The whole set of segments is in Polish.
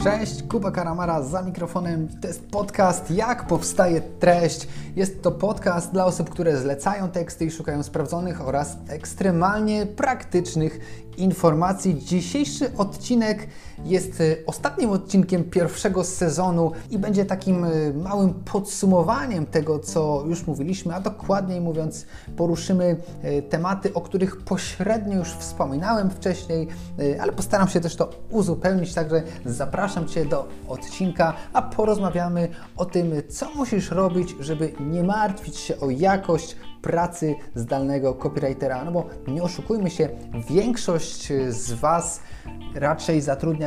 Cześć, Kuba Karamara za mikrofonem. To jest podcast Jak powstaje treść. Jest to podcast dla osób, które zlecają teksty i szukają sprawdzonych oraz ekstremalnie praktycznych informacji. Dzisiejszy odcinek jest ostatnim odcinkiem pierwszego sezonu i będzie takim małym podsumowaniem tego, co już mówiliśmy, a dokładniej mówiąc poruszymy tematy, o których pośrednio już wspominałem wcześniej, ale postaram się też to uzupełnić, także zapraszam Cię do odcinka, a porozmawiamy o tym, co musisz robić, żeby nie martwić się o jakość pracy zdalnego copywritera, no bo nie oszukujmy się, większość z Was raczej zatrudnia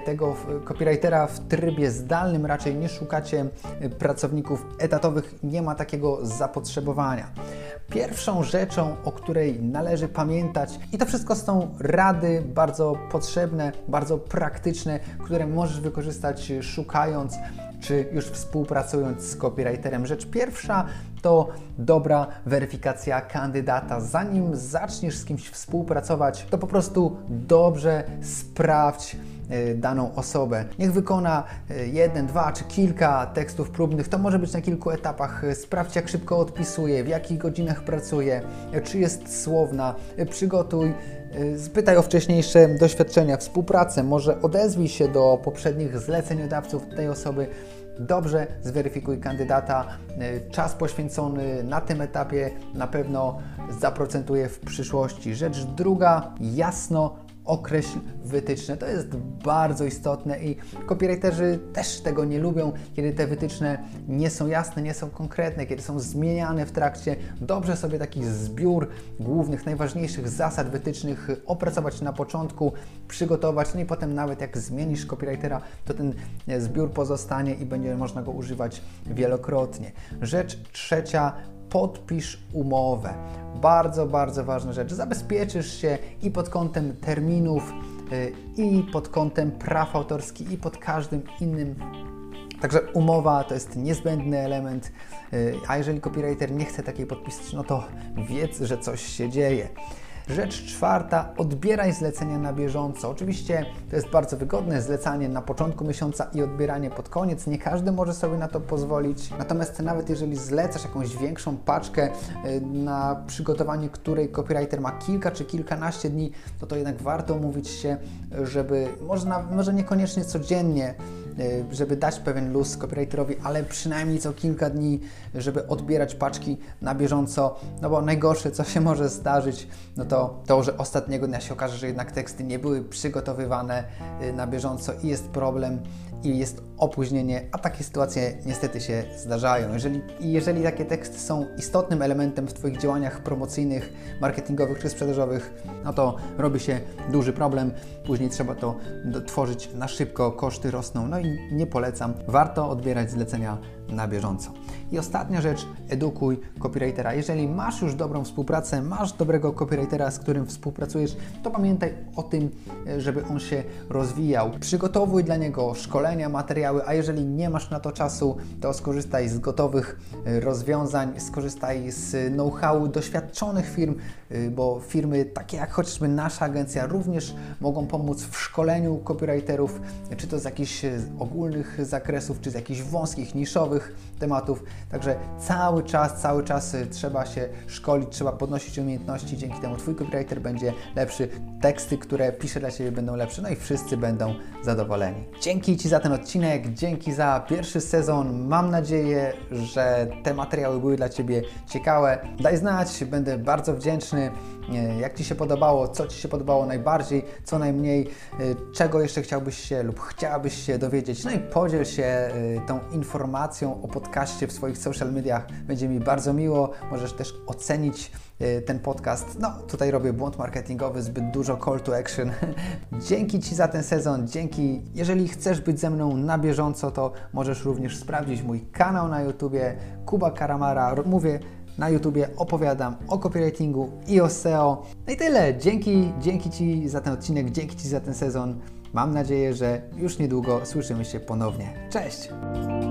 copywritera w trybie zdalnym, raczej nie szukacie pracowników etatowych, nie ma takiego zapotrzebowania. Pierwszą rzeczą, o której należy pamiętać, i to wszystko są rady bardzo potrzebne, bardzo praktyczne, które możesz wykorzystać szukając czy już współpracując z copywriterem. Rzecz pierwsza to dobra weryfikacja kandydata. Zanim zaczniesz z kimś współpracować, to po prostu dobrze sprawdź daną osobę. Niech wykona 1, 2 czy kilka tekstów próbnych. To może być na kilku etapach. Sprawdź, jak szybko odpisuje, w jakich godzinach pracuje, czy jest słowna. Przygotuj, spytaj o wcześniejsze doświadczenia, współpracę. Może odezwij się do poprzednich zleceniodawców tej osoby. Dobrze zweryfikuj kandydata. Czas poświęcony na tym etapie na pewno zaprocentuje w przyszłości. Rzecz druga, jasno określ wytyczne. To jest bardzo istotne i copywriterzy też tego nie lubią, kiedy te wytyczne nie są jasne, nie są konkretne, kiedy są zmieniane w trakcie. Dobrze sobie taki zbiór głównych, najważniejszych zasad wytycznych opracować na początku, przygotować, no i potem nawet jak zmienisz copywritera, to ten zbiór pozostanie i będzie można go używać wielokrotnie. Rzecz trzecia, podpisz umowę. Bardzo, bardzo ważna rzecz. Zabezpieczysz się i pod kątem terminów, i pod kątem praw autorskich, i pod każdym innym. Także umowa to jest niezbędny element, a jeżeli copywriter nie chce takiej podpisać, no to wiedz, że coś się dzieje. Rzecz czwarta, odbieraj zlecenia na bieżąco. Oczywiście to jest bardzo wygodne, zlecanie na początku miesiąca i odbieranie pod koniec. Nie każdy może sobie na to pozwolić. Natomiast nawet jeżeli zlecasz jakąś większą paczkę, na przygotowanie której copywriter ma kilka czy kilkanaście dni, to jednak warto umówić się, żeby może niekoniecznie codziennie, żeby dać pewien luz copywriterowi, ale przynajmniej co kilka dni, żeby odbierać paczki na bieżąco, no bo najgorsze, co się może zdarzyć, no to, że ostatniego dnia się okaże, że jednak teksty nie były przygotowywane na bieżąco i jest problem i jest opóźnienie, a takie sytuacje niestety się zdarzają. Jeżeli takie teksty są istotnym elementem w Twoich działaniach promocyjnych, marketingowych czy sprzedażowych, no to robi się duży problem. Później trzeba to tworzyć na szybko, koszty rosną, no i nie polecam. Warto odbierać zlecenia na bieżąco. I ostatnia rzecz, edukuj copywritera. Jeżeli masz już dobrą współpracę, masz dobrego copywritera, z którym współpracujesz, to pamiętaj o tym, żeby on się rozwijał. Przygotowuj dla niego szkolenia, materiały, a jeżeli nie masz na to czasu, to skorzystaj z gotowych rozwiązań, skorzystaj z know-howu doświadczonych firm, bo firmy takie jak chociażby nasza agencja również mogą pomóc w szkoleniu copywriterów, czy to z jakichś ogólnych zakresów, czy z jakichś wąskich, niszowych tematów. Także cały czas trzeba się szkolić, trzeba podnosić umiejętności, dzięki temu Twój copywriter będzie lepszy, teksty, które pisze dla Ciebie będą lepsze, no i wszyscy będą zadowoleni. Dzięki Ci za ten odcinek, dzięki za pierwszy sezon. Mam nadzieję, że te materiały były dla Ciebie ciekawe. Daj znać, będę bardzo wdzięczny, jak Ci się podobało, co Ci się podobało najbardziej, co najmniej, czego jeszcze chciałbyś się lub chciałabyś się dowiedzieć. No i podziel się tą informacją o podcaście w swoich social mediach. Będzie mi bardzo miło. Możesz też ocenić ten podcast. No, tutaj robię błąd marketingowy, zbyt dużo call to action. Dzięki Ci za ten sezon, dzięki. Jeżeli chcesz być ze mną na bieżąco, to możesz również sprawdzić mój kanał na YouTubie, Kuba Karamara. Mówię na YouTubie, opowiadam o copywritingu i o SEO. No i tyle. Dzięki Ci za ten odcinek, dzięki Ci za ten sezon. Mam nadzieję, że już niedługo słyszymy się ponownie. Cześć!